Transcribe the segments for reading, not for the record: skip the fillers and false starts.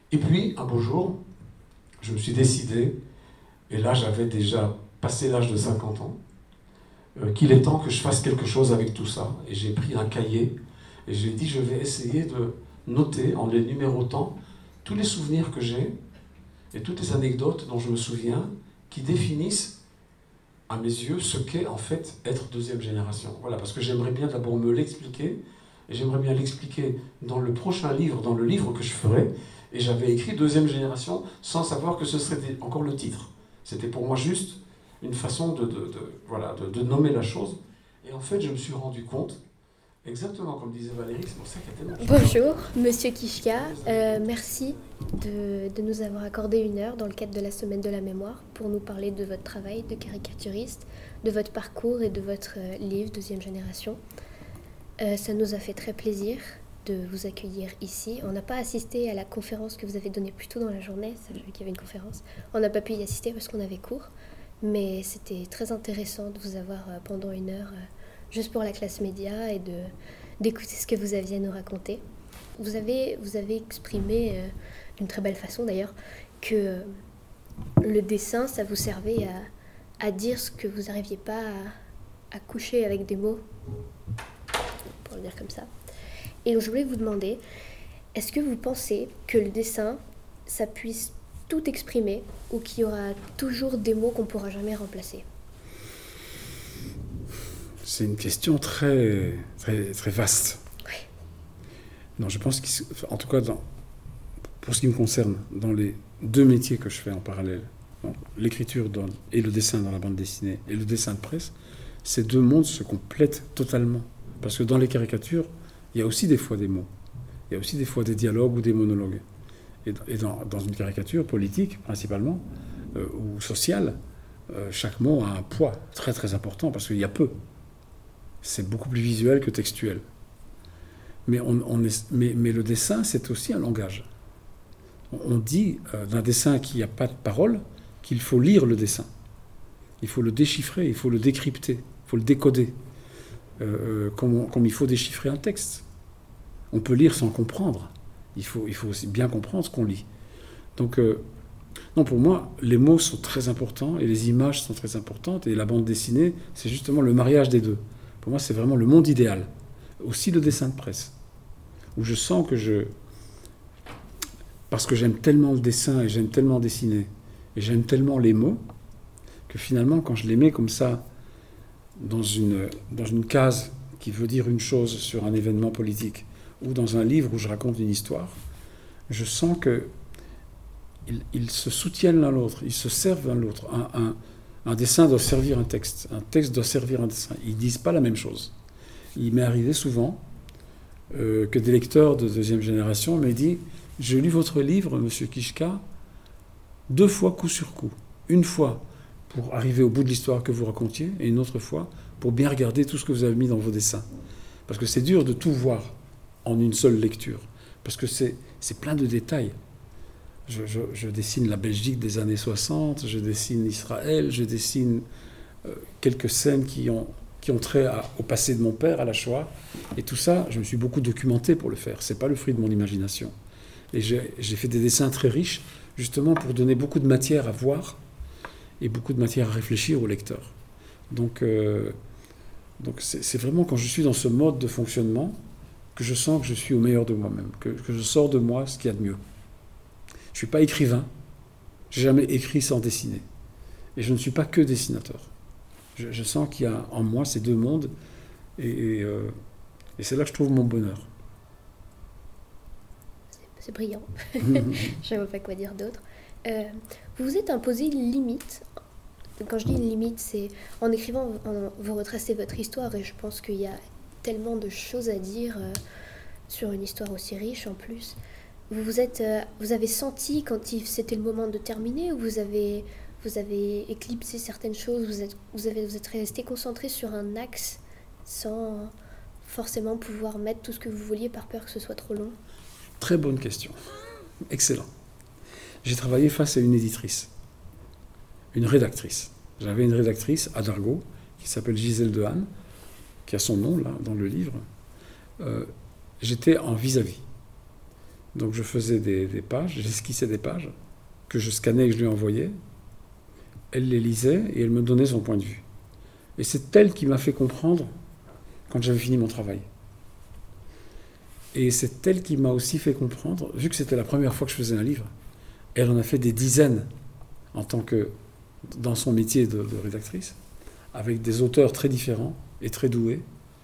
Et puis, un beau jour, je me suis décidé, et là j'avais déjà passé l'âge de 50 ans, qu'il est temps que je fasse quelque chose avec tout ça. Et j'ai pris un cahier, et j'ai dit, je vais essayer de noter, en les numérotant, tous les souvenirs que j'ai, et toutes les anecdotes dont je me souviens, qui définissent, à mes yeux, ce qu'est en fait être deuxième génération. Voilà, parce que j'aimerais bien d'abord me l'expliquer, et j'aimerais bien l'expliquer dans le prochain livre, dans le livre que je ferai. Et j'avais écrit deuxième génération sans savoir que ce serait encore le titre. C'était pour moi juste une façon de nommer la chose. Et en fait, je me suis rendu compte, exactement comme disait Valérie, c'est pour ça qu'il y a tellement de choses. Bonjour, Monsieur Kishka. Merci de nous avoir accordé 1 heure dans le cadre de la Semaine de la Mémoire pour nous parler de votre travail de caricaturiste, de votre parcours et de votre livre Deuxième Génération. Ça nous a fait très plaisir de vous accueillir ici. On n'a pas assisté à la conférence que vous avez donnée plus tôt dans la journée, j'ai vu qu'il y avait une conférence. On n'a pas pu y assister parce qu'on avait cours, mais c'était très intéressant de vous avoir pendant 1 heure juste pour la classe média et d'écouter ce que vous aviez à nous raconter. Vous avez exprimé d'une très belle façon d'ailleurs que le dessin, ça vous servait à dire ce que vous n'arriviez pas à coucher avec des mots, pour le dire comme ça. Et donc je voulais vous demander, est-ce que vous pensez que le dessin, ça puisse tout exprimer ou qu'il y aura toujours des mots qu'on ne pourra jamais remplacer ? C'est une question très, très, très vaste. Oui. Non, je pense qu'en tout cas, pour ce qui me concerne, dans les 2 métiers que je fais en parallèle, donc l'écriture et le dessin dans la bande dessinée et le dessin de presse, ces 2 mondes se complètent totalement. Parce que dans les caricatures, il y a aussi des fois des mots. Il y a aussi des fois des dialogues ou des monologues. Et dans une caricature politique, principalement, ou sociale, chaque mot a un poids très très important parce qu'il y a peu. C'est beaucoup plus visuel que textuel. Mais le dessin, c'est aussi un langage. On dit d'un dessin qui n'a pas de parole qu'il faut lire le dessin. Il faut le déchiffrer, il faut le décrypter, il faut le décoder. Comme il faut déchiffrer un texte. On peut lire sans comprendre. Il faut aussi bien comprendre ce qu'on lit. Donc, non, pour moi, les mots sont très importants et les images sont très importantes. Et la bande dessinée, c'est justement le mariage des 2. Pour moi, c'est vraiment le monde idéal. Aussi le dessin de presse, où je sens que parce que j'aime tellement le dessin et j'aime tellement dessiner et j'aime tellement les mots, que finalement, quand je les mets comme ça dans une case qui veut dire une chose sur un événement politique ou dans un livre où je raconte une histoire, je sens qu'ils se soutiennent l'un l'autre, ils se servent l'un l'autre. Un dessin doit servir un texte doit servir un dessin. Ils ne disent pas la même chose. Il m'est arrivé souvent que des lecteurs de deuxième génération m'aient dit « J'ai lu votre livre, Monsieur Kishka, 2 fois coup sur coup. Une fois pour arriver au bout de l'histoire que vous racontiez, et une autre fois pour bien regarder tout ce que vous avez mis dans vos dessins. Parce que c'est dur de tout voir en une seule lecture, parce que c'est plein de détails. Je dessine la Belgique des années 60, je dessine Israël, je dessine quelques scènes qui ont trait au passé de mon père, à la Shoah, et tout ça, je me suis beaucoup documenté pour le faire. C'est pas le fruit de mon imagination. Et j'ai fait des dessins très riches, justement pour donner beaucoup de matière à voir, et beaucoup de matière à réfléchir au lecteur. Donc c'est vraiment quand je suis dans ce mode de fonctionnement que je sens que je suis au meilleur de moi-même, que je sors de moi ce qu'il y a de mieux. Je ne suis pas écrivain, je n'ai jamais écrit sans dessiner. Et je ne suis pas que dessinateur. Je sens qu'il y a en moi ces 2 mondes, et c'est là que je trouve mon bonheur. C'est brillant. Je ne sais pas quoi dire d'autre. Vous vous êtes imposé une limite. Quand je dis une limite, c'est en écrivant, vous retracez votre histoire, et je pense qu'il y a tellement de choses à dire sur une histoire aussi riche en plus. Vous avez senti quand c'était le moment de terminer, ou vous avez éclipsé certaines choses, vous êtes resté concentré sur un axe sans forcément pouvoir mettre tout ce que vous vouliez par peur que ce soit trop long? Très bonne question. Excellent. J'ai travaillé face à une éditrice, une rédactrice. J'avais une rédactrice à Dargaud qui s'appelle Gisèle Dehaene, qui a son nom là dans le livre. J'étais en vis-à-vis. Donc je faisais des pages, j'esquissais des pages que je scannais et que je lui envoyais. Elle les lisait et elle me donnait son point de vue. Et c'est elle qui m'a fait comprendre quand j'avais fini mon travail. Et c'est elle qui m'a aussi fait comprendre, vu que c'était la première fois que je faisais un livre, elle en a fait des dizaines en tant que, dans son métier de rédactrice, avec des auteurs très différents et très doués.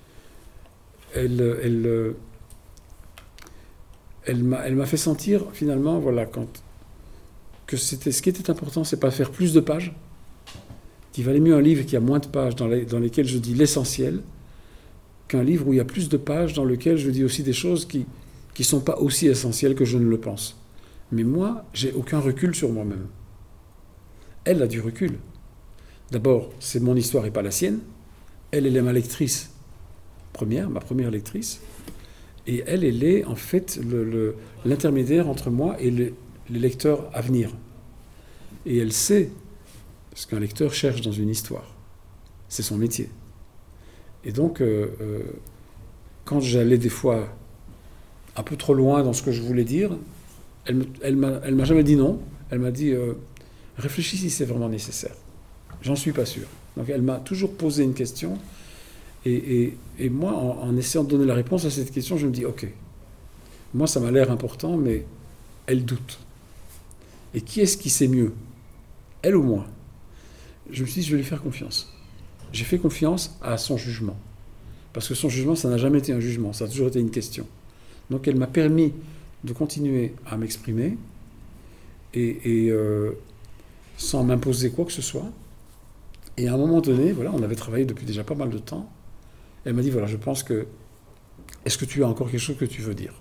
Elle m'a fait sentir finalement, voilà, que ce qui était important, c'est pas faire plus de pages, qu'il valait mieux un livre qui a moins de pages dans lesquelles je dis l'essentiel, qu'un livre où il y a plus de pages dans lequel je dis aussi des choses qui ne sont pas aussi essentielles que je ne le pense. Mais moi, j'ai aucun recul sur moi-même. Elle a du recul. D'abord, c'est mon histoire et pas la sienne. Elle est ma lectrice première, ma première lectrice. Et elle est en fait l'intermédiaire entre moi et les lecteurs à venir. Et elle sait ce qu'un lecteur cherche dans une histoire. C'est son métier. Et donc, quand j'allais des fois un peu trop loin dans ce que je voulais dire, elle m'a jamais dit non. Elle m'a dit réfléchis si c'est vraiment nécessaire. J'en suis pas sûr. Donc elle m'a toujours posé une question. Et moi, en essayant de donner la réponse à cette question, je me dis ok, moi ça m'a l'air important, mais elle doute. Et qui est-ce qui sait mieux, elle ou moi? Je me suis dit je vais lui faire confiance. J'ai fait confiance à son jugement. Parce que son jugement, ça n'a jamais été un jugement, ça a toujours été une question. Donc elle m'a permis de continuer à m'exprimer et sans m'imposer quoi que ce soit. Et à un moment donné, voilà, on avait travaillé depuis déjà pas mal de temps. Elle m'a dit, voilà, je pense que... Est-ce que tu as encore quelque chose que tu veux dire?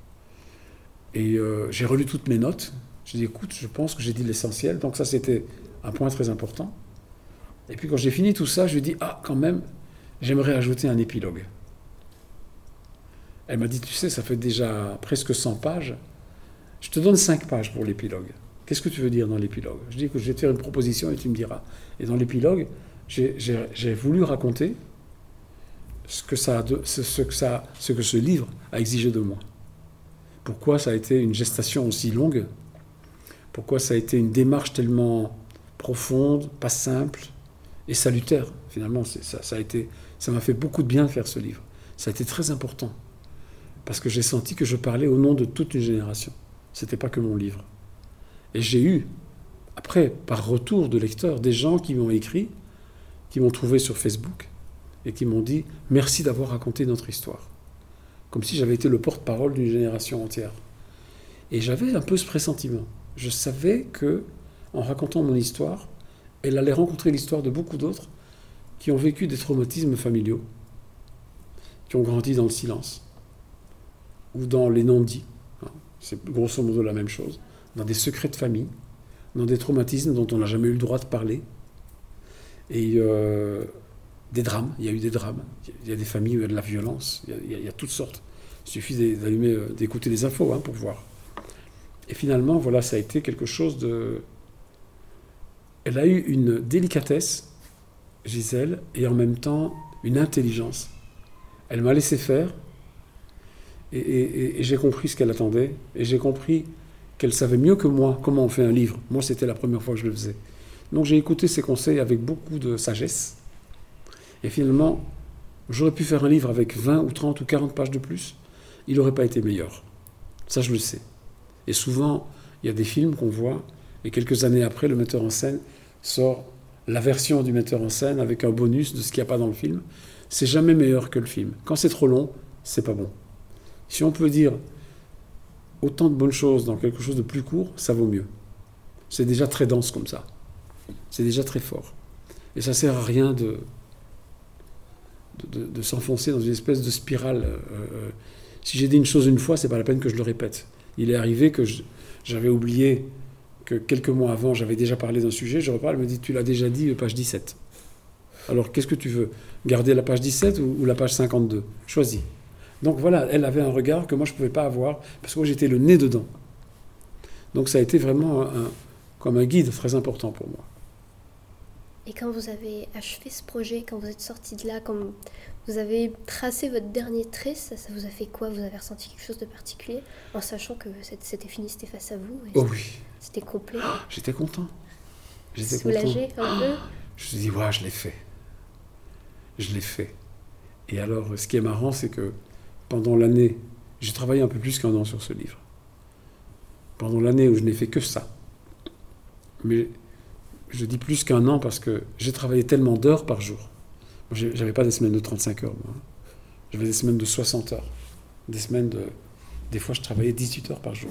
Et j'ai relu toutes mes notes. J'ai dit, écoute, je pense que j'ai dit l'essentiel. Donc ça, c'était un point très important. Et puis quand j'ai fini tout ça, je lui ai dit, ah, quand même, j'aimerais ajouter un épilogue. Elle m'a dit, tu sais, ça fait déjà presque 100 pages. Je te donne 5 pages pour l'épilogue. Qu'est-ce que tu veux dire dans l'épilogue? Je dis que je vais te faire une proposition et tu me diras. Et dans l'épilogue, j'ai voulu raconter ce que ce livre a exigé de moi. Pourquoi ça a été une gestation aussi longue? Pourquoi ça a été une démarche tellement profonde, pas simple et salutaire? Finalement, ça m'a fait beaucoup de bien de faire ce livre. Ça a été très important. Parce que j'ai senti que je parlais au nom de toute une génération. C'était pas que mon livre. Et j'ai eu, après, par retour de lecteurs, des gens qui m'ont écrit, qui m'ont trouvé sur Facebook, et qui m'ont dit « Merci d'avoir raconté notre histoire ». Comme si j'avais été le porte-parole d'une génération entière. Et j'avais un peu ce pressentiment. Je savais que, en racontant mon histoire, elle allait rencontrer l'histoire de beaucoup d'autres qui ont vécu des traumatismes familiaux, qui ont grandi dans le silence, ou dans les non-dits. C'est grosso modo la même chose. Dans des secrets de famille, dans des traumatismes dont on n'a jamais eu le droit de parler. Et des drames, il y a eu des drames. Il y a des familles où il y a de la violence, il y a toutes sortes. Il suffit d'écouter les infos pour voir. Et finalement, voilà, ça a été quelque chose de... Elle a eu une délicatesse, Gisèle, et en même temps une intelligence. Elle m'a laissé faire, et j'ai compris ce qu'elle attendait, et j'ai compris qu'elle savait mieux que moi comment on fait un livre. Moi, c'était la première fois que je le faisais. Donc j'ai écouté ses conseils avec beaucoup de sagesse. Et finalement, j'aurais pu faire un livre avec 20 ou 30 ou 40 pages de plus. Il n'aurait pas été meilleur. Ça, je le sais. Et souvent, il y a des films qu'on voit, et quelques années après, le metteur en scène sort la version du metteur en scène avec un bonus de ce qu'il n'y a pas dans le film. C'est jamais meilleur que le film. Quand c'est trop long, c'est pas bon. Si on peut dire autant de bonnes choses dans quelque chose de plus court, ça vaut mieux. C'est déjà très dense comme ça. C'est déjà très fort. Et ça ne sert à rien de s'enfoncer dans une espèce de spirale. Si j'ai dit une chose une fois, c'est pas la peine que je le répète. Il est arrivé que j'avais oublié que quelques mois avant, j'avais déjà parlé d'un sujet. Je reparle, elle me dit, tu l'as déjà dit, page 17. Alors, qu'est-ce que tu veux? Garder la page 17 ou la page 52? Choisis. Donc voilà, elle avait un regard que moi je ne pouvais pas avoir, parce que moi j'étais le nez dedans. Donc ça a été vraiment comme un guide très important pour moi. Et quand vous avez achevé ce projet, quand vous êtes sorti de là, quand vous avez tracé votre dernier trait, ça vous a fait quoi? Vous avez ressenti quelque chose de particulier en sachant que c'était fini, c'était face à vous? Oh oui. C'était complet. J'étais content. Soulagé un peu? Je me suis dit, ouais, je l'ai fait. Je l'ai fait. Et alors, ce qui est marrant, c'est que pendant l'année, j'ai travaillé un peu plus qu'un an sur ce livre. Pendant l'année où je n'ai fait que ça. Mais je dis plus qu'un an parce que j'ai travaillé tellement d'heures par jour. Moi, j'avais pas des semaines de 35 heures, moi. J'avais des semaines de 60 heures. Des fois, je travaillais 18 heures par jour.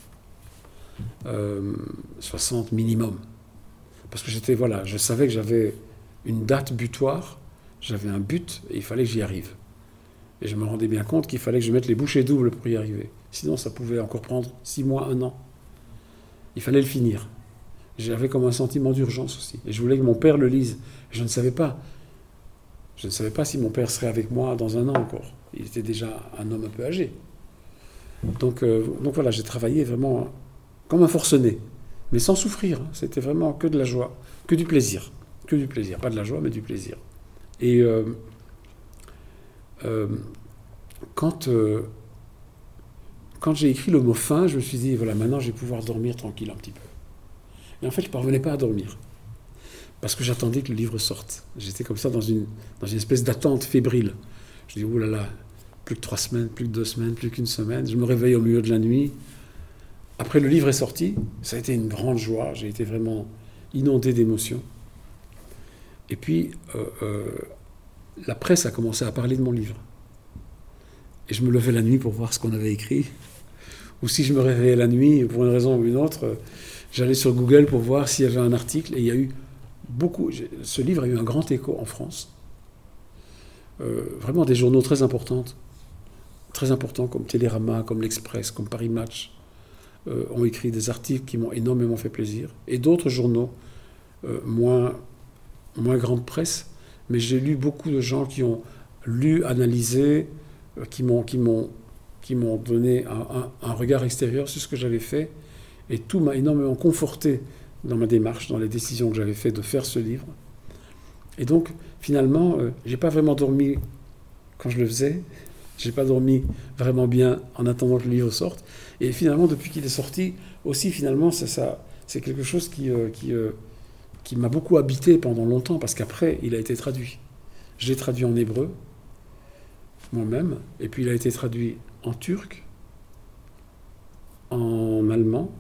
60 minimum. Parce que je savais que j'avais une date butoir, j'avais un but, et il fallait que j'y arrive. Et je me rendais bien compte qu'il fallait que je mette les bouchées doubles pour y arriver. Sinon, ça pouvait encore prendre 6 mois, 1 an. Il fallait le finir. J'avais comme un sentiment d'urgence aussi. Et je voulais que mon père le lise. Je ne savais pas. Je ne savais pas si mon père serait avec moi dans 1 an encore. Il était déjà un homme un peu âgé. Donc voilà, j'ai travaillé vraiment comme un forcené. Mais sans souffrir. C'était vraiment que de la joie, que du plaisir. Que du plaisir. Pas de la joie, mais du plaisir. Et quand j'ai écrit le mot fin, je me suis dit, voilà, maintenant je vais pouvoir dormir tranquille un petit peu. Et en fait, je ne parvenais pas à dormir. Parce que j'attendais que le livre sorte. J'étais comme ça dans une espèce d'attente fébrile. Je dis, oh là là, plus que 3 semaines, plus que 2 semaines, plus qu'une semaine. Je me réveille au milieu de la nuit. Après, le livre est sorti. Ça a été une grande joie. J'ai été vraiment inondé d'émotions. Et puis, la presse a commencé à parler de mon livre. Et je me levais la nuit pour voir ce qu'on avait écrit. Ou si je me réveillais la nuit, pour une raison ou une autre, j'allais sur Google pour voir s'il y avait un article. Et il y a eu ce livre a eu un grand écho en France. Vraiment des journaux très importants comme Télérama, comme l'Express, comme Paris Match, ont écrit des articles qui m'ont énormément fait plaisir. Et d'autres journaux, moins grande presse, mais j'ai lu beaucoup de gens qui ont lu, analysé, qui m'ont donné un regard extérieur sur ce que j'avais fait. Et tout m'a énormément conforté dans ma démarche, dans les décisions que j'avais faites de faire ce livre. Et donc, finalement, j'ai pas vraiment dormi quand je le faisais. J'ai pas dormi vraiment bien en attendant que le livre sorte. Et finalement, depuis qu'il est sorti, aussi, finalement, c'est quelque chose qui m'a beaucoup habité pendant longtemps, parce qu'après, il a été traduit. Je l'ai traduit en hébreu, moi-même, et puis il a été traduit en turc, en allemand,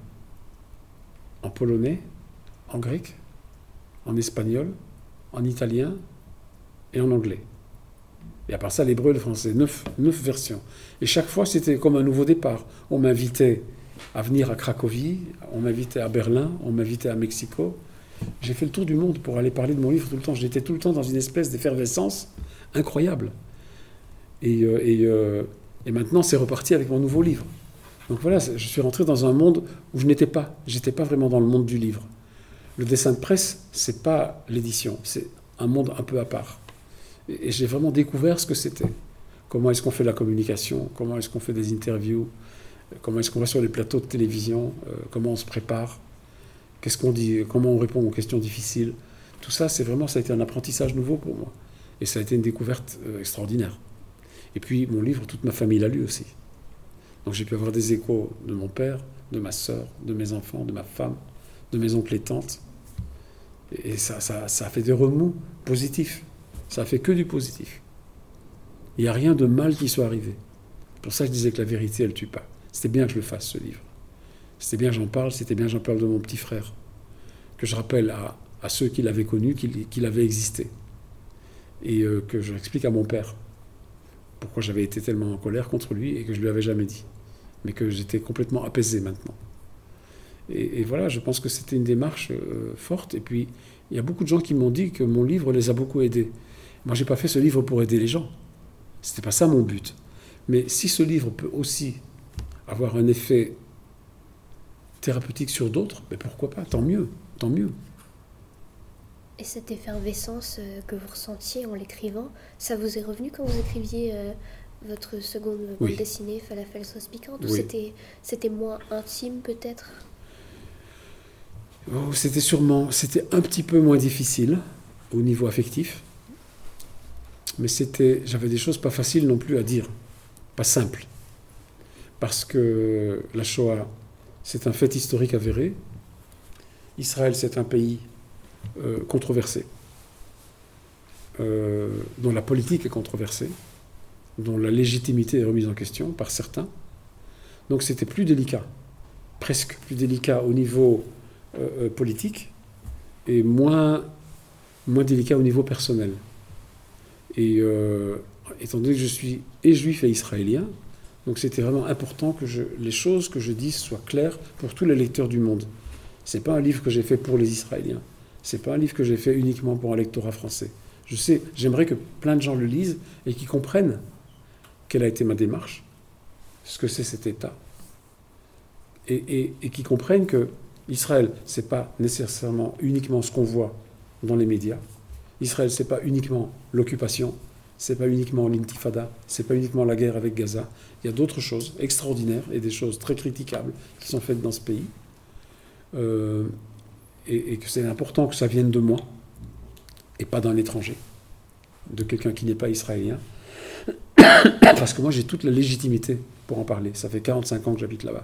en polonais, en grec, en espagnol, en italien et en anglais. Et à part ça, l'hébreu et le français, 9 versions. Et chaque fois, c'était comme un nouveau départ. On m'invitait à venir à Cracovie, on m'invitait à Berlin, on m'invitait à Mexico. J'ai fait le tour du monde pour aller parler de mon livre tout le temps. J'étais tout le temps dans une espèce d'effervescence incroyable. Et maintenant, c'est reparti avec mon nouveau livre. Donc voilà, je suis rentré dans un monde où je n'étais pas. J'étais pas vraiment dans le monde du livre. Le dessin de presse, c'est pas l'édition. C'est un monde un peu à part. Et j'ai vraiment découvert ce que c'était. Comment est-ce qu'on fait de la communication? Comment est-ce qu'on fait des interviews? Comment est-ce qu'on va sur les plateaux de télévision? Comment on se prépare? Qu'est-ce qu'on dit? Comment on répond aux questions difficiles? Tout ça, ça a été un apprentissage nouveau pour moi. Et ça a été une découverte extraordinaire. Et puis, mon livre, toute ma famille l'a lu aussi. Donc j'ai pu avoir des échos de mon père, de ma sœur, de mes enfants, de ma femme, de mes oncles et tantes. Et ça a fait des remous positifs. Ça a fait que du positif. Il n'y a rien de mal qui soit arrivé. C'est pour ça que je disais que la vérité, elle ne tue pas. C'était bien que je le fasse, ce livre. C'était bien que j'en parle, c'était bien que j'en parle de mon petit frère. Que je rappelle à ceux qui l'avaient connu, qu'il avait existé. Et que je l'explique à mon père. Pourquoi j'avais été tellement en colère contre lui et que je ne lui avais jamais dit. Mais que j'étais complètement apaisé maintenant. Et voilà, je pense que c'était une démarche forte. Et puis, il y a beaucoup de gens qui m'ont dit que mon livre les a beaucoup aidés. Moi, je n'ai pas fait ce livre pour aider les gens. Ce n'était pas ça mon but. Mais si ce livre peut aussi avoir un effet thérapeutique sur d'autres, mais pourquoi pas? Tant mieux, tant mieux. Et cette effervescence que vous ressentiez en l'écrivant, ça vous est revenu quand vous écriviez votre seconde bande dessinée, Falafel sauce piquante? Oui. Ou c'était moins intime peut-être? C'était un petit peu moins difficile, au niveau affectif, mais j'avais des choses pas faciles non plus à dire, pas simples, parce que la Shoah, c'est un fait historique avéré. Israël, c'est un pays controversé, dont la politique est controversée, dont la légitimité est remise en question par certains. Donc c'était plus délicat, presque plus délicat au niveau politique et moins délicat au niveau personnel. Et étant donné que je suis et juif et israélien, donc c'était vraiment important que les choses que je dise soient claires pour tous les lecteurs du monde. C'est pas un livre que j'ai fait pour les Israéliens. C'est pas un livre que j'ai fait uniquement pour un lectorat français. J'aimerais que plein de gens le lisent et qu'ils comprennent quelle a été ma démarche, ce que c'est cet État, et qu'ils comprennent que Israël, c'est pas nécessairement uniquement ce qu'on voit dans les médias. Israël, c'est pas uniquement l'occupation, c'est pas uniquement l'intifada, c'est pas uniquement la guerre avec Gaza. Il y a d'autres choses extraordinaires et des choses très critiquables qui sont faites dans ce pays. Et que c'est important que ça vienne de moi et pas d'un étranger, de quelqu'un qui n'est pas israélien. Parce que moi, j'ai toute la légitimité pour en parler. Ça fait 45 ans que j'habite là-bas.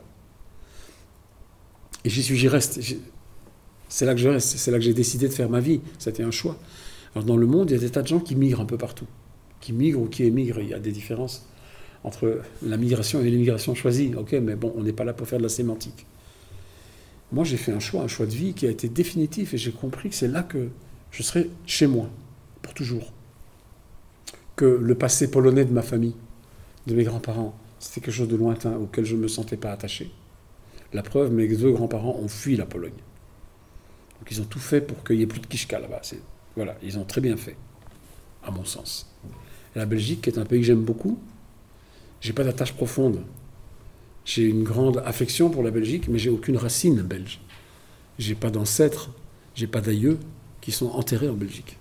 Et j'y reste. C'est là que je reste. C'est là que j'ai décidé de faire ma vie. C'était un choix. Alors, dans le monde, il y a des tas de gens qui migrent un peu partout. Qui migrent ou qui émigrent. Il y a des différences entre la migration et l'immigration choisie. Ok, mais bon, on n'est pas là pour faire de la sémantique. Moi, j'ai fait un choix de vie qui a été définitif. Et j'ai compris que c'est là que je serai chez moi, pour toujours. Que le passé polonais de ma famille, de mes grands-parents, c'était quelque chose de lointain auquel je ne me sentais pas attaché. La preuve, mes deux grands-parents ont fui la Pologne. Donc ils ont tout fait pour qu'il n'y ait plus de Kiszka là-bas. Voilà, ils ont très bien fait, à mon sens. Et la Belgique, qui est un pays que j'aime beaucoup, j'ai pas d'attache profonde. J'ai une grande affection pour la Belgique, mais j'ai aucune racine belge. J'ai pas d'ancêtres, j'ai pas d'aïeux qui sont enterrés en Belgique.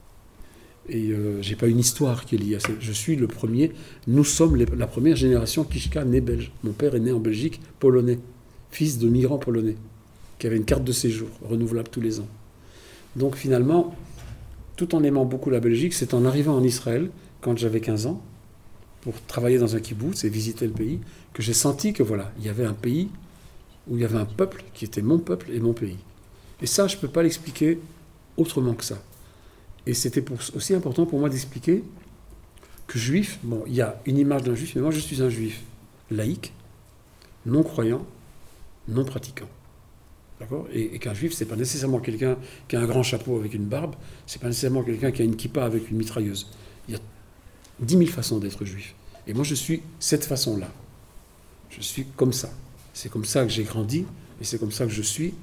Et j'ai pas une histoire qui est liée à ça. Je suis le premier. Nous sommes la première génération Kiszka née belge. Mon père est né en Belgique, polonais, fils de migrants polonais, qui avait une carte de séjour renouvelable tous les ans. Donc finalement, tout en aimant beaucoup la Belgique, c'est en arrivant en Israël, quand j'avais 15 ans, pour travailler dans un kibbutz et visiter le pays, que j'ai senti que voilà, il y avait un pays où il y avait un peuple qui était mon peuple et mon pays. Et ça, je ne peux pas l'expliquer autrement que ça. Et c'était aussi important pour moi d'expliquer que juif, bon, il y a une image d'un juif, mais moi je suis un juif laïque, non croyant, non pratiquant. D'accord ? Et qu'un juif, c'est pas nécessairement quelqu'un qui a un grand chapeau avec une barbe, c'est pas nécessairement quelqu'un qui a une kippa avec une mitrailleuse. Il y a 10 000 façons d'être juif. Et moi je suis cette façon-là. Je suis comme ça. C'est comme ça que j'ai grandi, et c'est comme ça que je suis.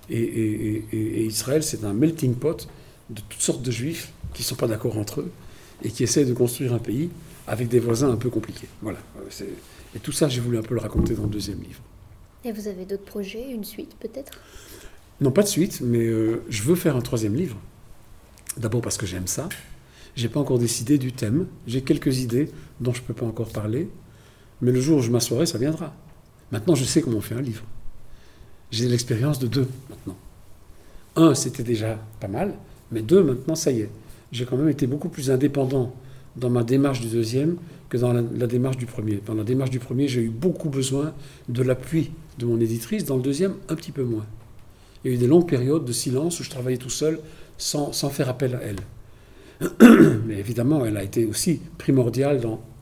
Et Israël, c'est un melting pot de toutes sortes de juifs qui ne sont pas d'accord entre eux et qui essaient de construire un pays avec des voisins un peu compliqués. Voilà. Et tout ça, j'ai voulu un peu le raconter dans le deuxième livre. Et vous avez d'autres projets, une suite peut-être ? Non, pas de suite, mais je veux faire un troisième livre. D'abord parce que j'aime ça. Je n'ai pas encore décidé du thème. J'ai quelques idées dont je ne peux pas encore parler. Mais le jour où je m'assoirai, ça viendra. Maintenant, je sais comment on fait un livre. J'ai l'expérience de 2 maintenant. 1, c'était déjà pas mal. Mais 2, maintenant, ça y est. J'ai quand même été beaucoup plus indépendant dans ma démarche du deuxième que dans la démarche du premier. Dans la démarche du premier, j'ai eu beaucoup besoin de l'appui de mon éditrice. Dans le deuxième, un petit peu moins. Il y a eu des longues périodes de silence où je travaillais tout seul sans faire appel à elle. Mais évidemment, elle a été aussi primordiale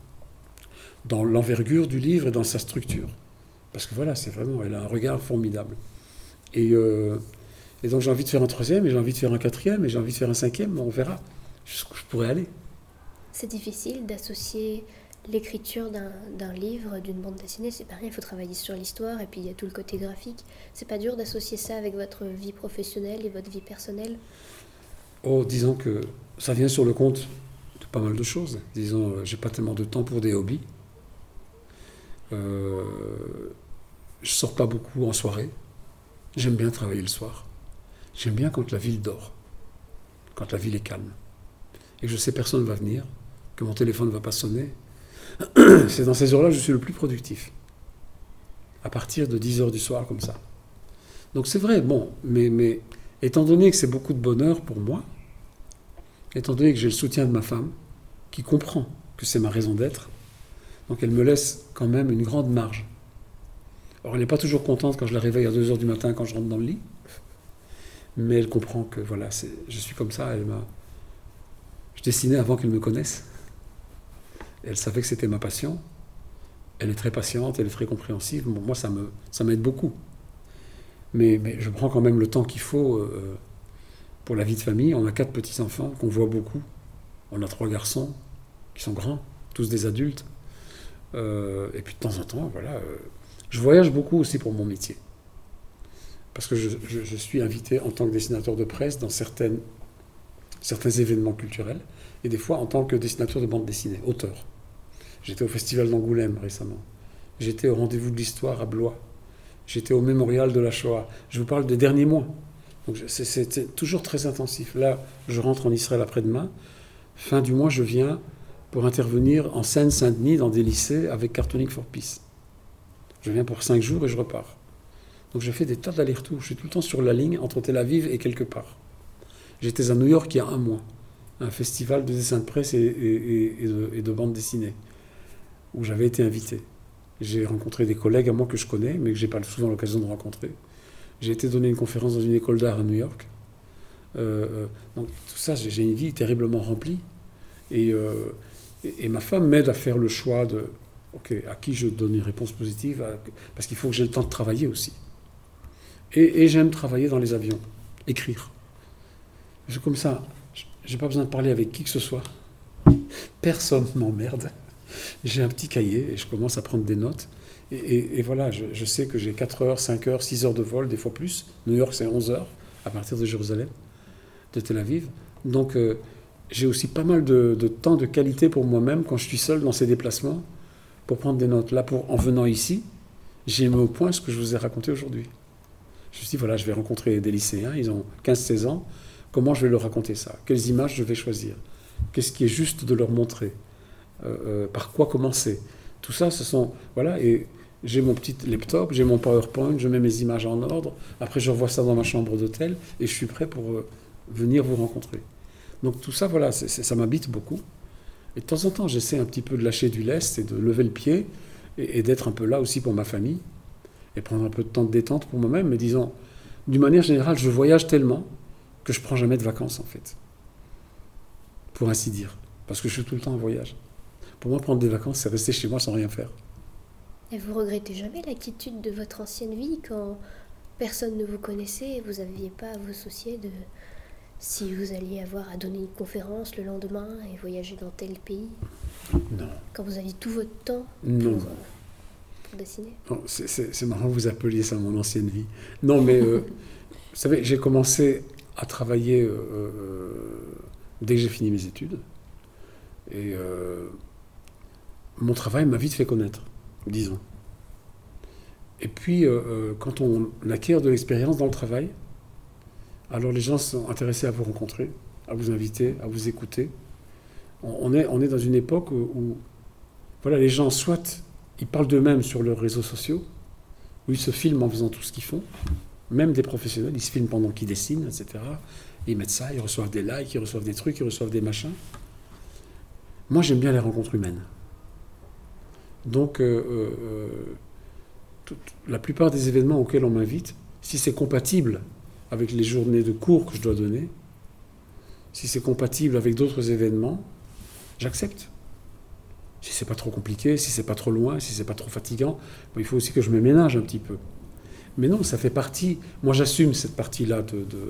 dans l'envergure du livre et dans sa structure. Parce que voilà, c'est vraiment, elle a un regard formidable. Et donc j'ai envie de faire un troisième, et j'ai envie de faire un quatrième, et j'ai envie de faire un cinquième, on verra jusqu'où je pourrais aller. C'est difficile d'associer l'écriture d'un livre, d'une bande dessinée, c'est pas rien, il faut travailler sur l'histoire, et puis il y a tout le côté graphique. C'est pas dur d'associer ça avec votre vie professionnelle et votre vie personnelle ? Oh, disons que ça vient sur le compte de pas mal de choses. Disons, j'ai pas tellement de temps pour des hobbies. Je sors pas beaucoup en soirée. J'aime bien travailler le soir. J'aime bien quand la ville dort, quand la ville est calme. Et que je sais personne ne va venir, que mon téléphone ne va pas sonner. C'est dans ces heures-là que je suis le plus productif. À partir de 10h du soir, comme ça. Donc c'est vrai, bon, mais étant donné que c'est beaucoup de bonheur pour moi, étant donné que j'ai le soutien de ma femme, qui comprend que c'est ma raison d'être, donc elle me laisse quand même une grande marge. Alors elle n'est pas toujours contente quand je la réveille à 2h du matin quand je rentre dans le lit, mais elle comprend que voilà, je suis comme ça. Je dessinais avant qu'elle me connaisse. Elle savait que c'était ma passion. Elle est très patiente, elle est très compréhensive. Bon, moi, ça m'aide beaucoup. Mais je prends quand même le temps qu'il faut pour la vie de famille. On a 4 petits-enfants qu'on voit beaucoup. On a 3 garçons qui sont grands, tous des adultes. Et puis de temps en temps, voilà. Je voyage beaucoup aussi pour mon métier. Parce que je suis invité en tant que dessinateur de presse dans certains événements culturels. Et des fois en tant que dessinateur de bande dessinée, auteur. J'étais au Festival d'Angoulême récemment. J'étais au Rendez-vous de l'Histoire à Blois. J'étais au Mémorial de la Shoah. Je vous parle des derniers mois. Donc c'était toujours très intensif. Là, je rentre en Israël après-demain. Fin du mois, je viens pour intervenir en Seine-Saint-Denis dans des lycées avec Cartooning for Peace. Je viens pour 5 jours et je repars. Donc je fais des tas d'allers-retours. Je suis tout le temps sur la ligne entre Tel Aviv et quelque part. J'étais à New York il y a 1 mois. Un festival de dessin de presse et de bande dessinée, où j'avais été invité. J'ai rencontré des collègues à moi que je connais, mais que je n'ai pas souvent l'occasion de rencontrer. J'ai été donner une conférence dans une école d'art à New York. Donc tout ça, j'ai une vie terriblement remplie. Et ma femme m'aide à faire le choix de à qui je donne une réponse positive, parce qu'il faut que j'ai le temps de travailler aussi. Et j'aime travailler dans les avions, écrire. C'est comme ça, j'ai pas besoin de parler avec qui que ce soit. Personne m'emmerde. J'ai un petit cahier et je commence à prendre des notes. Et voilà, je sais que j'ai 4 heures, 5 heures, 6 heures de vol, des fois plus. New York, c'est 11 heures à partir de Jérusalem, de Tel Aviv. Donc, j'ai aussi pas mal de temps de qualité pour moi-même quand je suis seul dans ces déplacements pour prendre des notes. Là, en venant ici, j'ai mis au point ce que je vous ai raconté aujourd'hui. Je me suis dit, voilà, je vais rencontrer des lycéens, ils ont 15-16 ans. Comment je vais leur raconter ça? Quelles images je vais choisir? Qu'est-ce qui est juste de leur montrer? Par quoi commencer? Tout ça, ce sont... Voilà, et j'ai mon petit laptop, j'ai mon PowerPoint, je mets mes images en ordre. Après, je revois ça dans ma chambre d'hôtel et je suis prêt pour venir vous rencontrer. Donc tout ça, voilà, ça m'habite beaucoup. Et de temps en temps, j'essaie un petit peu de lâcher du lest et de lever le pied et d'être un peu là aussi pour ma famille et prendre un peu de temps de détente pour moi-même. Mais disons, d'une manière générale, je voyage tellement que je ne prends jamais de vacances, en fait. Pour ainsi dire. Parce que je suis tout le temps en voyage. Pour moi, prendre des vacances, c'est rester chez moi sans rien faire. Et vous regrettez jamais la quiétude de votre ancienne vie quand personne ne vous connaissait et vous n'aviez pas à vous soucier de si vous alliez avoir à donner une conférence le lendemain et voyager dans tel pays? Non. Quand vous aviez tout votre temps pour dessiner? Non, c'est marrant que vous appeliez ça mon ancienne vie. Non, mais vous savez, j'ai commencé à travailler dès que j'ai fini mes études. Et mon travail m'a vite fait connaître, disons. Et puis, quand on acquiert de l'expérience dans le travail, alors les gens sont intéressés à vous rencontrer, à vous inviter, à vous écouter. On est dans une époque où voilà, les gens, soit ils parlent d'eux-mêmes sur leurs réseaux sociaux, où ils se filment en faisant tout ce qu'ils font, même des professionnels, ils se filment pendant qu'ils dessinent, etc. Et ils mettent ça, ils reçoivent des likes, ils reçoivent des trucs, ils reçoivent des machins. Moi, j'aime bien les rencontres humaines. Donc, la plupart des événements auxquels on m'invite, si c'est compatible avec les journées de cours que je dois donner, si c'est compatible avec d'autres événements, j'accepte. Si c'est pas trop compliqué, si c'est pas trop loin, si c'est pas trop fatigant, bon, il faut aussi que je me ménage un petit peu. Mais non, ça fait partie... Moi, j'assume cette partie-là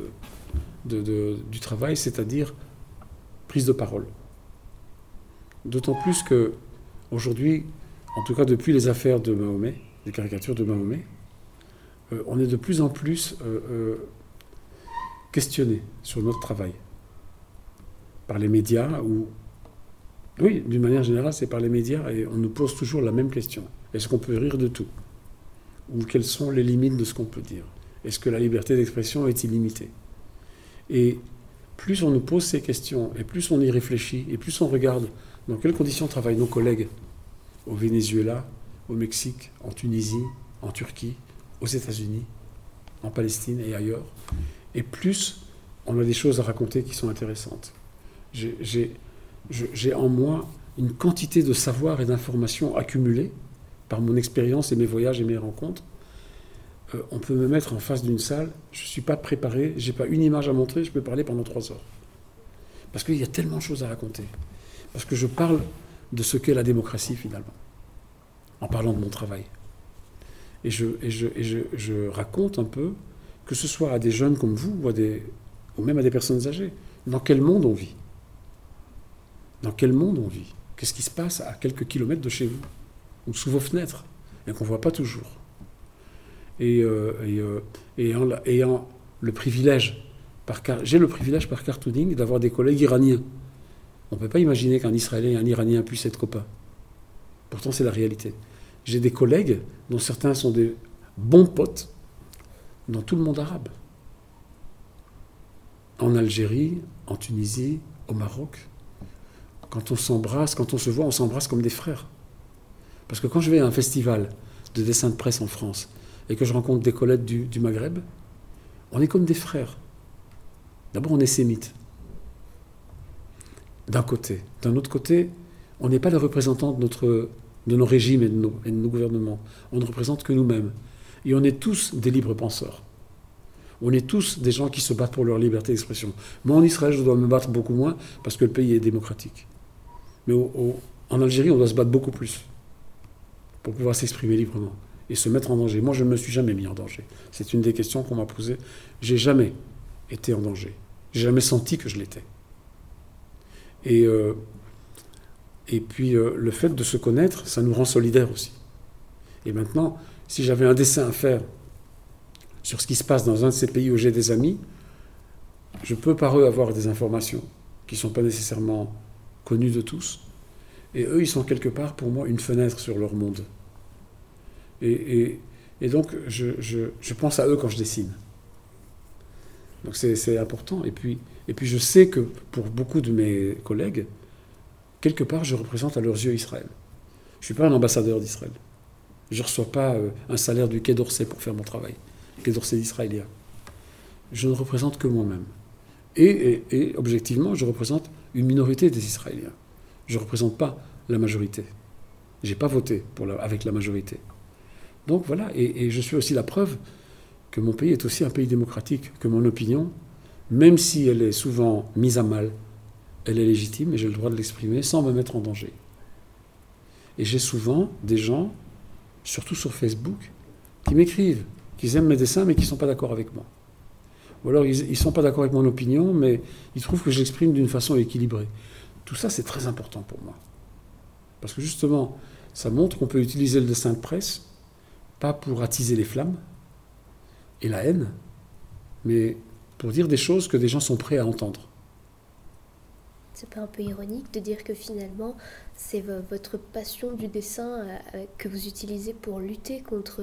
du travail, c'est-à-dire prise de parole. D'autant plus que aujourd'hui, en tout cas depuis les affaires de Mahomet, les caricatures de Mahomet, on est de plus en plus questionné sur notre travail par les médias ou... Oui, d'une manière générale, c'est par les médias et on nous pose toujours la même question. Est-ce qu'on peut rire de tout? Ou quelles sont les limites de ce qu'on peut dire? Est-ce que la liberté d'expression est illimitée? Et plus on nous pose ces questions, et plus on y réfléchit, et plus on regarde dans quelles conditions travaillent nos collègues au Venezuela, au Mexique, en Tunisie, en Turquie, aux États-Unis, en Palestine et ailleurs, et plus on a des choses à raconter qui sont intéressantes. J'ai en moi une quantité de savoir et d'informations accumulées par mon expérience et mes voyages et mes rencontres. On peut me mettre en face d'une salle, je ne suis pas préparé, je n'ai pas une image à montrer, je peux parler pendant 3 heures. Parce qu'il y a tellement de choses à raconter. Parce que je parle de ce qu'est la démocratie, finalement, en parlant de mon travail. Et je raconte un peu, que ce soit à des jeunes comme vous, ou même à des personnes âgées, dans quel monde on vit. Dans quel monde on vit. Qu'est-ce qui se passe à quelques kilomètres de chez vous, ou sous vos fenêtres, et qu'on ne voit pas toujours. Ayant le privilège, j'ai le privilège par cartooning d'avoir des collègues iraniens. On ne peut pas imaginer qu'un Israélien et un Iranien puissent être copains. Pourtant, c'est la réalité. J'ai des collègues dont certains sont des bons potes dans tout le monde arabe. En Algérie, en Tunisie, au Maroc. Quand on s'embrasse, quand on se voit, on s'embrasse comme des frères. Parce que quand je vais à un festival de dessin de presse en France et que je rencontre des collègues du Maghreb, on est comme des frères. D'abord, on est sémites. D'un côté. D'un autre côté, on n'est pas les représentants de nos régimes et de nos gouvernements. On ne représente que nous-mêmes. Et on est tous des libres penseurs. On est tous des gens qui se battent pour leur liberté d'expression. Moi, en Israël, je dois me battre beaucoup moins parce que le pays est démocratique. Mais en Algérie, on doit se battre beaucoup plus pour pouvoir s'exprimer librement et se mettre en danger. Moi, je ne me suis jamais mis en danger. C'est une des questions qu'on m'a posées. J'ai jamais été en danger. J'ai jamais senti que je l'étais. Et puis, le fait de se connaître, ça nous rend solidaires aussi. Et maintenant, si j'avais un dessin à faire sur ce qui se passe dans un de ces pays où j'ai des amis, je peux par eux avoir des informations qui ne sont pas nécessairement connues de tous. Et eux, ils sont quelque part, pour moi, une fenêtre sur leur monde. Et donc, je pense à eux quand je dessine. Donc c'est important. Et puis, je sais que pour beaucoup de mes collègues, quelque part, je représente à leurs yeux Israël. Je ne suis pas un ambassadeur d'Israël. Je ne reçois pas un salaire du Quai d'Orsay pour faire mon travail. Le Quai d'Orsay d'israélien. Je ne représente que moi-même. Et objectivement, je représente une minorité des Israéliens. Je ne représente pas la majorité. Je n'ai pas voté avec la majorité. Donc voilà, et je suis aussi la preuve que mon pays est aussi un pays démocratique, que mon opinion, même si elle est souvent mise à mal, elle est légitime et j'ai le droit de l'exprimer sans me mettre en danger. Et j'ai souvent des gens, surtout sur Facebook, qui m'écrivent, qui aiment mes dessins mais qui ne sont pas d'accord avec moi. Ou alors ils ne sont pas d'accord avec mon opinion, mais ils trouvent que j'exprime d'une façon équilibrée. Tout ça, c'est très important pour moi. Parce que justement, ça montre qu'on peut utiliser le dessin de presse, pas pour attiser les flammes et la haine, mais pour dire des choses que des gens sont prêts à entendre. C'est pas un peu ironique de dire que finalement, c'est votre passion du dessin que vous utilisez pour lutter contre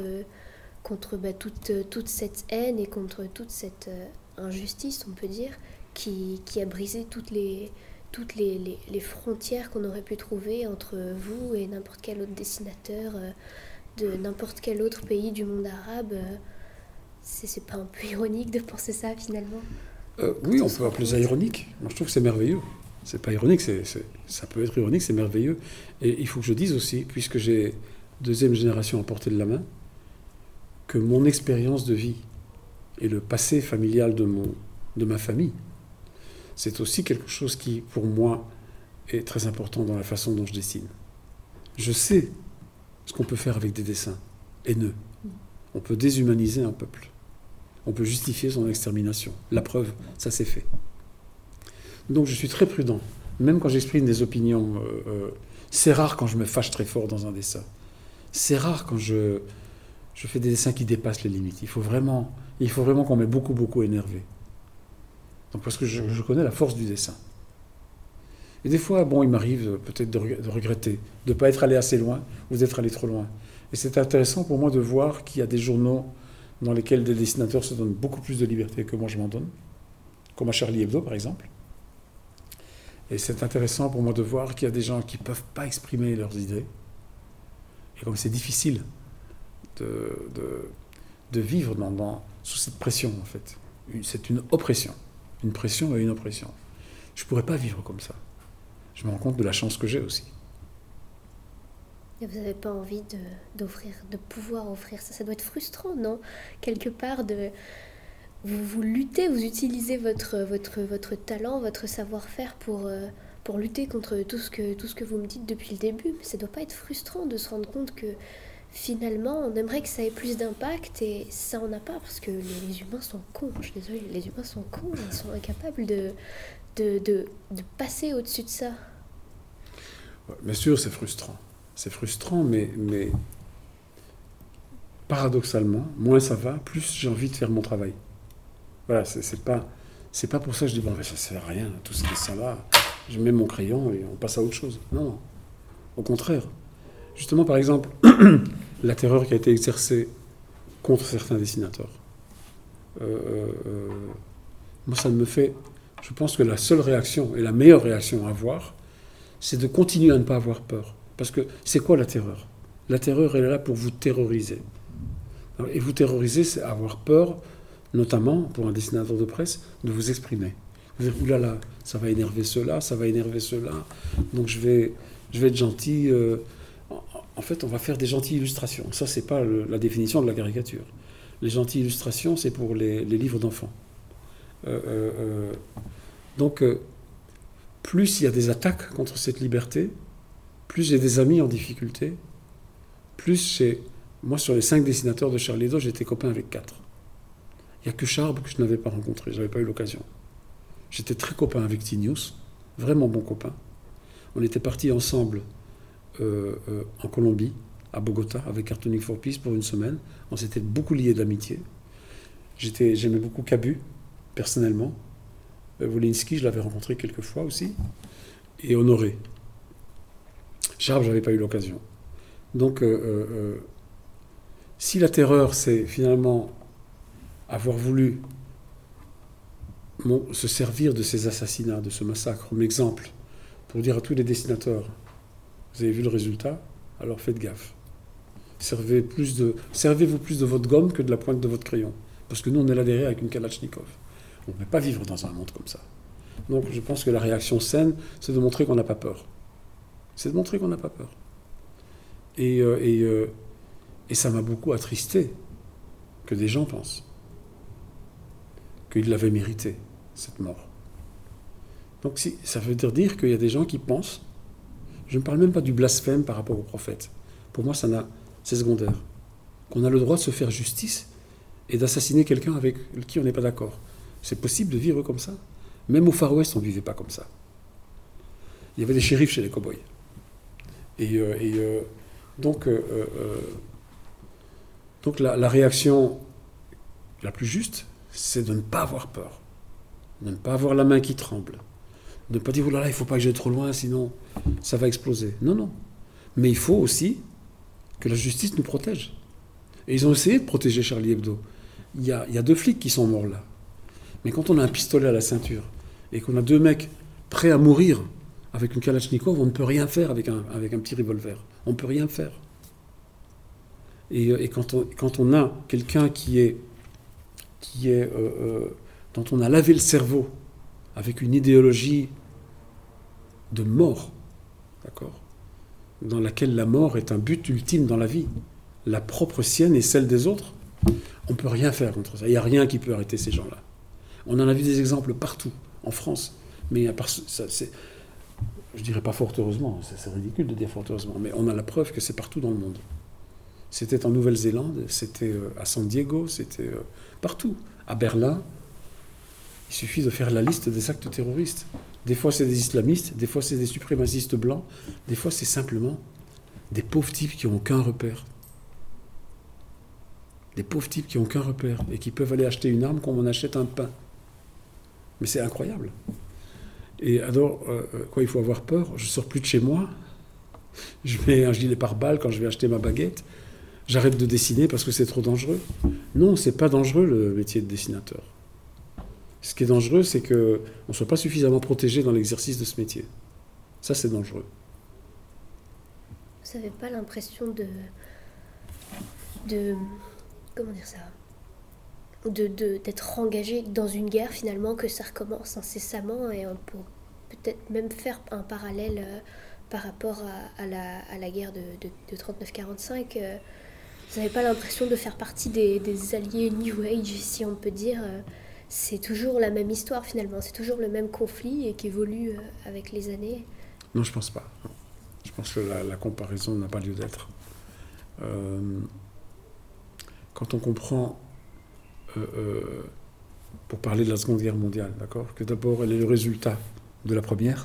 toute cette haine et contre toute cette injustice, on peut dire, qui a brisé toutes les frontières qu'on aurait pu trouver entre vous et n'importe quel autre dessinateur de n'importe quel autre pays du monde arabe. C'est pas un peu ironique de penser ça finalement? Oui, on peut appeler ça ironique. Moi, je trouve que c'est merveilleux. C'est pas ironique, ça peut être ironique, c'est merveilleux. Et il faut que je dise aussi, puisque j'ai deuxième génération à portée de la main, que mon expérience de vie et le passé familial de ma famille, c'est aussi quelque chose qui, pour moi, est très important dans la façon dont je dessine. Je sais ce qu'on peut faire avec des dessins haineux. On peut déshumaniser un peuple. On peut justifier son extermination. La preuve, ça s'est fait. Donc je suis très prudent. Même quand j'exprime des opinions, c'est rare quand je me fâche très fort dans un dessin. C'est rare quand je fais des dessins qui dépassent les limites. Il faut vraiment qu'on m'ait beaucoup, beaucoup énervé. Donc parce que je connais la force du dessin. Et des fois, il m'arrive peut-être de regretter, de ne pas être allé assez loin ou d'être allé trop loin. Et c'est intéressant pour moi de voir qu'il y a des journaux dans lesquels des dessinateurs se donnent beaucoup plus de liberté que moi je m'en donne, comme à Charlie Hebdo par exemple. Et c'est intéressant pour moi de voir qu'il y a des gens qui ne peuvent pas exprimer leurs idées. Et comme c'est difficile de vivre sous cette pression, en fait. C'est une oppression. Une pression et une oppression. je ne pourrais pas vivre comme ça. Je me rends compte de la chance que j'ai aussi. Et vous n'avez pas envie de pouvoir offrir ça? Ça doit être frustrant, non? Quelque part, vous luttez, vous utilisez votre talent, votre savoir-faire pour lutter contre tout ce que vous me dites depuis le début. Mais ça ne doit pas être frustrant de se rendre compte que finalement, on aimerait que ça ait plus d'impact et ça n'en a pas parce que les humains sont cons. Je suis désolée, les humains sont cons, ils sont incapables de passer au-dessus de ça. Bien sûr, c'est frustrant. C'est frustrant, mais paradoxalement, moins ça va, plus j'ai envie de faire mon travail. Voilà, c'est pas pour ça que je dis, bon, ça sert à rien, tout ce dessin-là, je mets mon crayon et on passe à autre chose. Non, au contraire. Justement, par exemple, la terreur qui a été exercée contre certains dessinateurs. Moi, ça me fait... Je pense que la seule réaction, et la meilleure réaction à avoir, c'est de continuer à ne pas avoir peur. Parce que c'est quoi la terreur? La terreur, elle est là pour vous terroriser. Et vous terroriser, c'est avoir peur, notamment, pour un dessinateur de presse, de vous exprimer. Vous dire, oulala, ça va énerver ceux-là, ça va énerver ceux-là, donc je vais être gentil. En fait, on va faire des gentilles illustrations. Ça, c'est pas la définition de la caricature. Les gentilles illustrations, c'est pour les livres d'enfants. Donc, plus il y a des attaques contre cette liberté, plus j'ai des amis en difficulté, plus moi, sur les 5 dessinateurs de Charlie Hebdo, j'étais copain avec 4. Il n'y a que Charb que je n'avais pas rencontré, je n'avais pas eu l'occasion. J'étais très copain avec T-News, vraiment bon copain. On était partis ensemble en Colombie, à Bogota, avec Cartooning for Peace pour une semaine. On s'était beaucoup liés d'amitié. J'aimais beaucoup Cabu, personnellement. Wolinski, je l'avais rencontré quelques fois aussi. Et Honoré. Charb, je n'avais pas eu l'occasion. Donc, si la terreur, c'est finalement avoir voulu se servir de ces assassinats, de ce massacre, comme exemple, pour dire à tous les dessinateurs, vous avez vu le résultat, alors faites gaffe. Servez-vous plus de votre gomme que de la pointe de votre crayon. Parce que nous, on est là derrière avec une Kalachnikov. On ne peut pas vivre dans un monde comme ça. Donc je pense que la réaction saine, c'est de montrer qu'on n'a pas peur. C'est de montrer qu'on n'a pas peur. Et ça m'a beaucoup attristé que des gens pensent qu'il l'avait mérité, cette mort. Donc ça veut dire qu'il y a des gens qui pensent, je ne parle même pas du blasphème par rapport au prophète. Pour moi, c'est secondaire. Qu'on a le droit de se faire justice et d'assassiner quelqu'un avec qui on n'est pas d'accord. C'est possible de vivre comme ça. Même au Far West, on ne vivait pas comme ça. Il y avait des shérifs chez les cow-boys. Donc la réaction la plus juste, c'est de ne pas avoir peur. De ne pas avoir la main qui tremble. De ne pas dire, oh là là, il ne faut pas que j'aille trop loin, sinon ça va exploser. Non, non. Mais il faut aussi que la justice nous protège. Et ils ont essayé de protéger Charlie Hebdo. Il y a 2 flics qui sont morts là. Mais quand on a un pistolet à la ceinture et qu'on a 2 mecs prêts à mourir avec une Kalachnikov, on ne peut rien faire avec un petit revolver. On ne peut rien faire. Et quand on a quelqu'un dont on a lavé le cerveau avec une idéologie de mort, d'accord, dans laquelle la mort est un but ultime dans la vie, la propre sienne et celle des autres, on ne peut rien faire contre ça. Il n'y a rien qui peut arrêter ces gens-là. On en a vu des exemples partout, en France. Mais à part ça, je dirais pas fort heureusement, c'est ridicule de dire fort heureusement, mais on a la preuve que c'est partout dans le monde. C'était en Nouvelle-Zélande, c'était à San Diego, c'était partout. À Berlin, il suffit de faire la liste des actes terroristes. Des fois, c'est des islamistes, des fois, c'est des suprémacistes blancs, des fois, c'est simplement des pauvres types qui n'ont aucun repère. Des pauvres types qui n'ont aucun repère et qui peuvent aller acheter une arme comme on achète un pain. Mais c'est incroyable. Et alors, quoi, il faut avoir peur. Je ne sors plus de chez moi. Je mets un gilet pare-balles quand je vais acheter ma baguette. J'arrête de dessiner parce que c'est trop dangereux. Non, c'est pas dangereux le métier de dessinateur. Ce qui est dangereux, c'est qu'on ne soit pas suffisamment protégé dans l'exercice de ce métier. Ça, c'est dangereux. Vous n'avez pas l'impression de comment dire ça, d'être engagé dans une guerre finalement, que ça recommence incessamment et peut-être même faire un parallèle par rapport à la guerre de 39-45. Vous n'avez pas l'impression de faire partie des alliés New Age, si on peut dire. C'est toujours la même histoire finalement, c'est toujours le même conflit et qui évolue avec les années. Non, je pense pas. Non. Je pense que la comparaison n'a pas lieu d'être. Quand on comprend, pour parler de la Seconde Guerre mondiale, d'accord, que d'abord elle est le résultat de la première,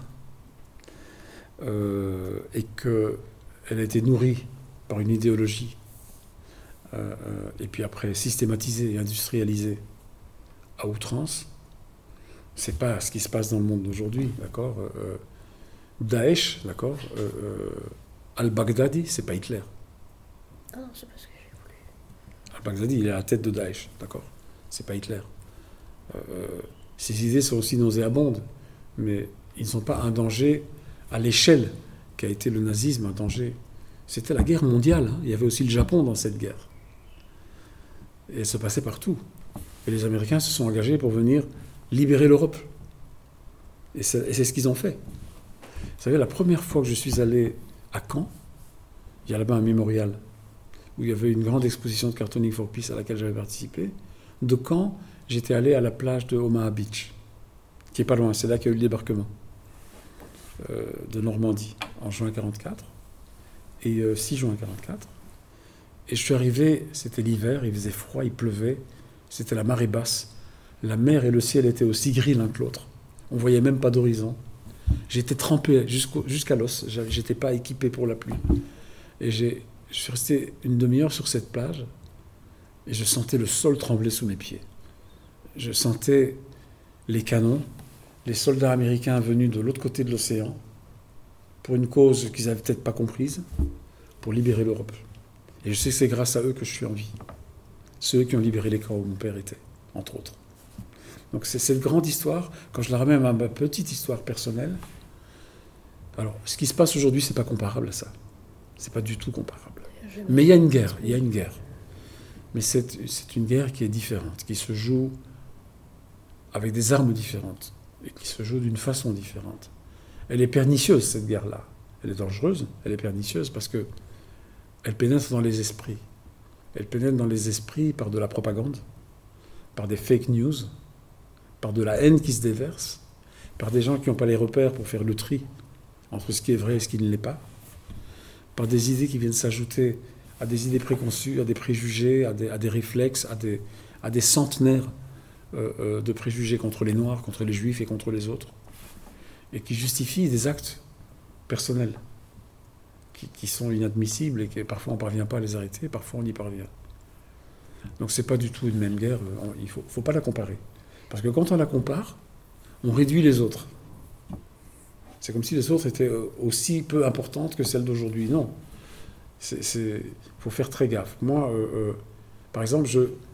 et qu'elle a été nourrie par une idéologie, et puis après systématisée et industrialisée à outrance, c'est pas ce qui se passe dans le monde d'aujourd'hui, d'accord. Daesh, d'accord, Al-Baghdadi, c'est pas Hitler. Ah, c'est pas ce que j'ai voulu. Al-Baghdadi, il est à la tête de Daesh, d'accord, c'est pas Hitler. Ces idées sont aussi nauséabondes, mais ils ne sont pas un danger à l'échelle qu'a été le nazisme, un danger. C'était la guerre mondiale, hein. Il y avait aussi le Japon dans cette guerre. Et elle se passait partout. Et les Américains se sont engagés pour venir libérer l'Europe. Et c'est ce qu'ils ont fait. Vous savez, la première fois que je suis allé à Caen, il y a là-bas un mémorial où il y avait une grande exposition de Cartooning for Peace à laquelle j'avais participé. De Caen, j'étais allé à la plage de Omaha Beach, qui est pas loin. C'est là qu'il y a eu le débarquement de Normandie en juin 1944, et 6 juin 1944. Et je suis arrivé, c'était l'hiver, il faisait froid, il pleuvait, c'était la marée basse. La mer et le ciel étaient aussi gris l'un que l'autre. On ne voyait même pas d'horizon. J'étais trempé jusqu'à l'os. J'étais pas équipé pour la pluie. Et je suis resté une demi-heure sur cette plage et je sentais le sol trembler sous mes pieds. Je sentais les canons, les soldats américains venus de l'autre côté de l'océan pour une cause qu'ils n'avaient peut-être pas comprise, pour libérer l'Europe. Et je sais que c'est grâce à eux que je suis en vie. Ceux qui ont libéré les camps où mon père était, entre autres. Donc c'est cette grande histoire, quand je la ramène à ma petite histoire personnelle, alors ce qui se passe aujourd'hui, c'est pas comparable à ça. C'est pas du tout comparable. Mais il y a une guerre. Mais c'est une guerre qui est différente, qui se joue avec des armes différentes, et qui se joue d'une façon différente. Elle est pernicieuse, cette guerre-là. Elle est dangereuse, elle est pernicieuse, parce que elle pénètre dans les esprits. Elle pénètre dans les esprits par de la propagande, par des fake news, par de la haine qui se déverse, par des gens qui n'ont pas les repères pour faire le tri entre ce qui est vrai et ce qui ne l'est pas, par des idées qui viennent s'ajouter à des idées préconçues, à des préjugés, à des réflexes, à des centenaires de préjugés contre les Noirs, contre les Juifs et contre les autres, et qui justifient des actes personnels qui sont inadmissibles et que parfois on ne parvient pas à les arrêter, parfois on y parvient. Donc c'est pas du tout une même guerre, il ne faut pas la comparer. Parce que quand on la compare, on réduit les autres. C'est comme si les autres étaient aussi peu importantes que celles d'aujourd'hui. Non. Il faut faire très gaffe. Moi, par exemple,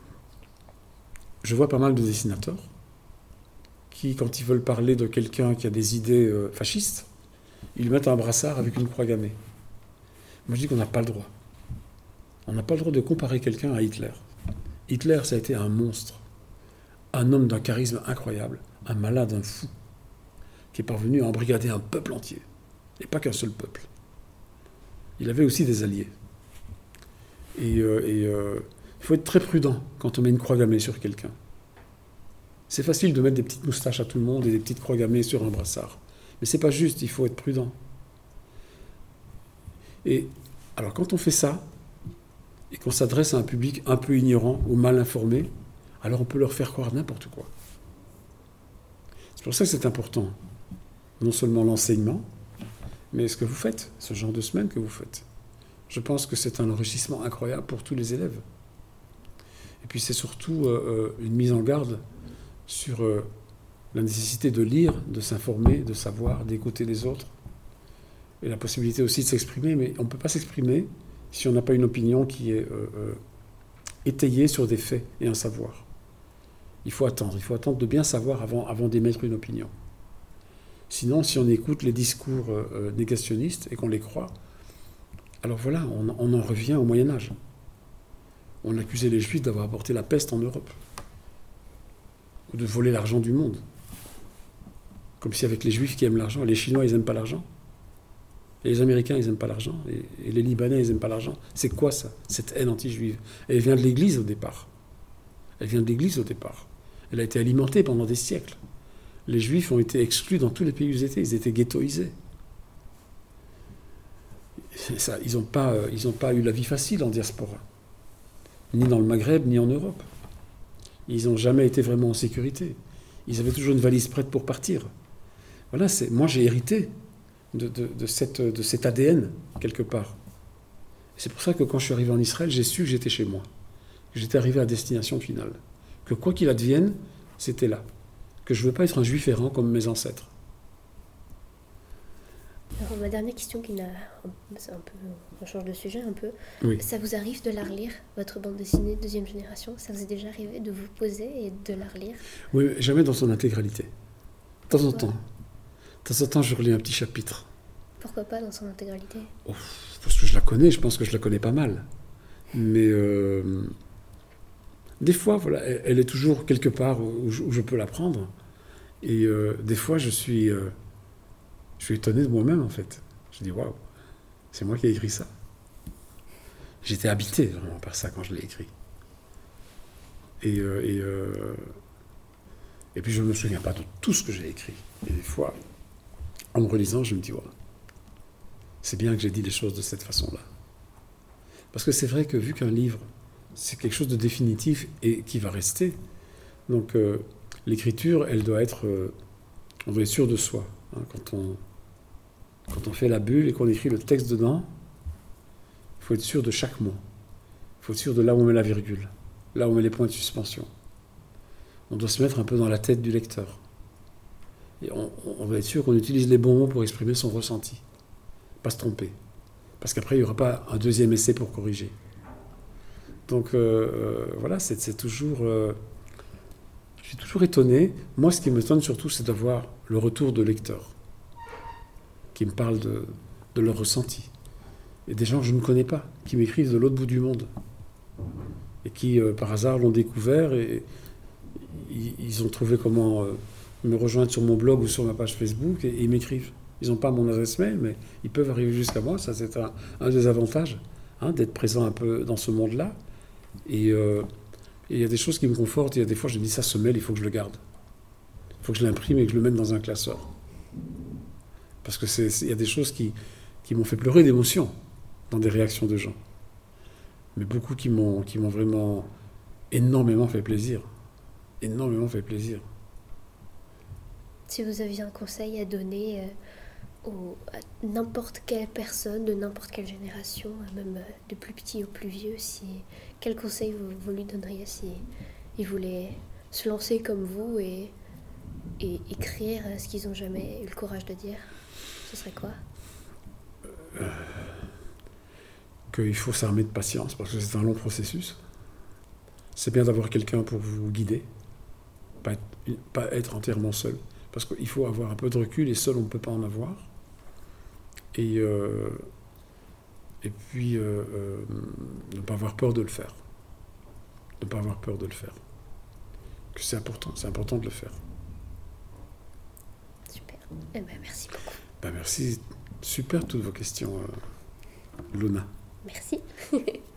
je vois pas mal de dessinateurs qui, quand ils veulent parler de quelqu'un qui a des idées fascistes, ils lui mettent un brassard avec une croix gammée. Moi, je dis qu'on n'a pas le droit. On n'a pas le droit de comparer quelqu'un à Hitler. Hitler, ça a été un monstre. Un homme d'un charisme incroyable, un malade, un fou, qui est parvenu à embrigader un peuple entier, et pas qu'un seul peuple. Il avait aussi des alliés. Et il faut être très prudent quand on met une croix gammée sur quelqu'un. C'est facile de mettre des petites moustaches à tout le monde et des petites croix gammées sur un brassard. Mais c'est pas juste, il faut être prudent. Et alors quand on fait ça, et qu'on s'adresse à un public un peu ignorant ou mal informé, alors on peut leur faire croire n'importe quoi. C'est pour ça que c'est important, non seulement l'enseignement, mais ce que vous faites, ce genre de semaine que vous faites. Je pense que c'est un enrichissement incroyable pour tous les élèves. Et puis c'est surtout une mise en garde sur la nécessité de lire, de s'informer, de savoir, d'écouter les autres, et la possibilité aussi de s'exprimer, mais on ne peut pas s'exprimer si on n'a pas une opinion qui est étayée sur des faits et un savoir. Il faut attendre de bien savoir avant d'émettre une opinion. Sinon, si on écoute les discours négationnistes et qu'on les croit, alors voilà, on en revient au Moyen-Âge. On accusait les Juifs d'avoir apporté la peste en Europe, ou de voler l'argent du monde. Comme si avec les Juifs qui aiment l'argent, les Chinois, ils n'aiment pas l'argent. Et les Américains, ils n'aiment pas l'argent. Et les Libanais, ils n'aiment pas l'argent. C'est quoi ça, cette haine anti-juive? Elle vient de l'Église au départ. Elle vient de l'Église au départ. Elle a été alimentée pendant des siècles. Les Juifs ont été exclus dans tous les pays où ils étaient. Ils étaient ghettoisés. Ça, ils n'ont pas eu la vie facile en diaspora. Ni dans le Maghreb, ni en Europe. Ils n'ont jamais été vraiment en sécurité. Ils avaient toujours une valise prête pour partir. Voilà, moi j'ai hérité de cet ADN, quelque part. C'est pour ça que quand je suis arrivé en Israël, j'ai su que j'étais chez moi. Que j'étais arrivé à destination finale. Que quoi qu'il advienne, c'était là. Que je ne veux pas être un juif errant comme mes ancêtres. Alors, ma dernière question, c'est un peu, on change de sujet un peu. Oui. Ça vous arrive de la relire, votre bande dessinée deuxième génération? Ça vous est déjà arrivé de vous poser et de la relire? Oui, mais jamais dans son intégralité. De temps en temps. De temps en temps, je relis un petit chapitre. Pourquoi pas dans son intégralité? Parce que je la connais, je pense que je la connais pas mal. Mais des fois, voilà, elle est toujours quelque part où je peux la prendre. Et des fois, je suis étonné de moi-même, en fait. Je dis, waouh, c'est moi qui ai écrit ça. J'étais habité vraiment par ça quand je l'ai écrit. Et puis, je ne me souviens pas de tout ce que j'ai écrit. Et des fois, en me relisant, je me dis, waouh, c'est bien que j'ai dit les choses de cette façon-là. Parce que c'est vrai que vu qu'un livre, c'est quelque chose de définitif et qui va rester, donc l'écriture, elle doit être... on doit être sûr de soi. Hein, quand on fait la bulle et qu'on écrit le texte dedans, il faut être sûr de chaque mot. Il faut être sûr de là où on met la virgule, là où on met les points de suspension. On doit se mettre un peu dans la tête du lecteur. Et on doit être sûr qu'on utilise les bons mots pour exprimer son ressenti. Pas se tromper. Parce qu'après, il n'y aura pas un deuxième essai pour corriger. Donc voilà, c'est toujours... je suis toujours étonné. Moi, ce qui m'étonne surtout, c'est d'avoir le retour de lecteurs qui me parlent de leur ressenti. Et des gens que je ne connais pas, qui m'écrivent de l'autre bout du monde. Et qui, par hasard, l'ont découvert et ils ont trouvé comment me rejoindre sur mon blog ou sur ma page Facebook et ils m'écrivent. Ils n'ont pas mon adresse mail, mais ils peuvent arriver jusqu'à moi. Ça, c'est un des avantages, hein, d'être présent un peu dans ce monde-là. Et il y a des choses qui me confortent. Il y a des fois, je me dis, ça, ce mail, il faut que je le garde. Il faut que je l'imprime et que je le mette dans un classeur. Parce que il y a des choses qui m'ont fait pleurer d'émotion dans des réactions de gens. Mais beaucoup qui m'ont vraiment énormément fait plaisir. Énormément fait plaisir. Si vous aviez un conseil à donner à n'importe quelle personne, de n'importe quelle génération, même de plus petit au plus vieux, quel conseil vous lui donneriez si il voulait se lancer comme vous et écrire ce qu'ils n'ont jamais eu le courage de dire? Ce serait quoi? Qu'il faut s'armer de patience, parce que c'est un long processus. C'est bien d'avoir quelqu'un pour vous guider, pas être entièrement seul, parce qu'il faut avoir un peu de recul, et seul on ne peut pas en avoir. Et puis, ne pas avoir peur de le faire. Ne pas avoir peur de le faire. Que c'est important de le faire. Super. Eh ben, merci beaucoup. Merci. Super toutes vos questions, Luna. Merci.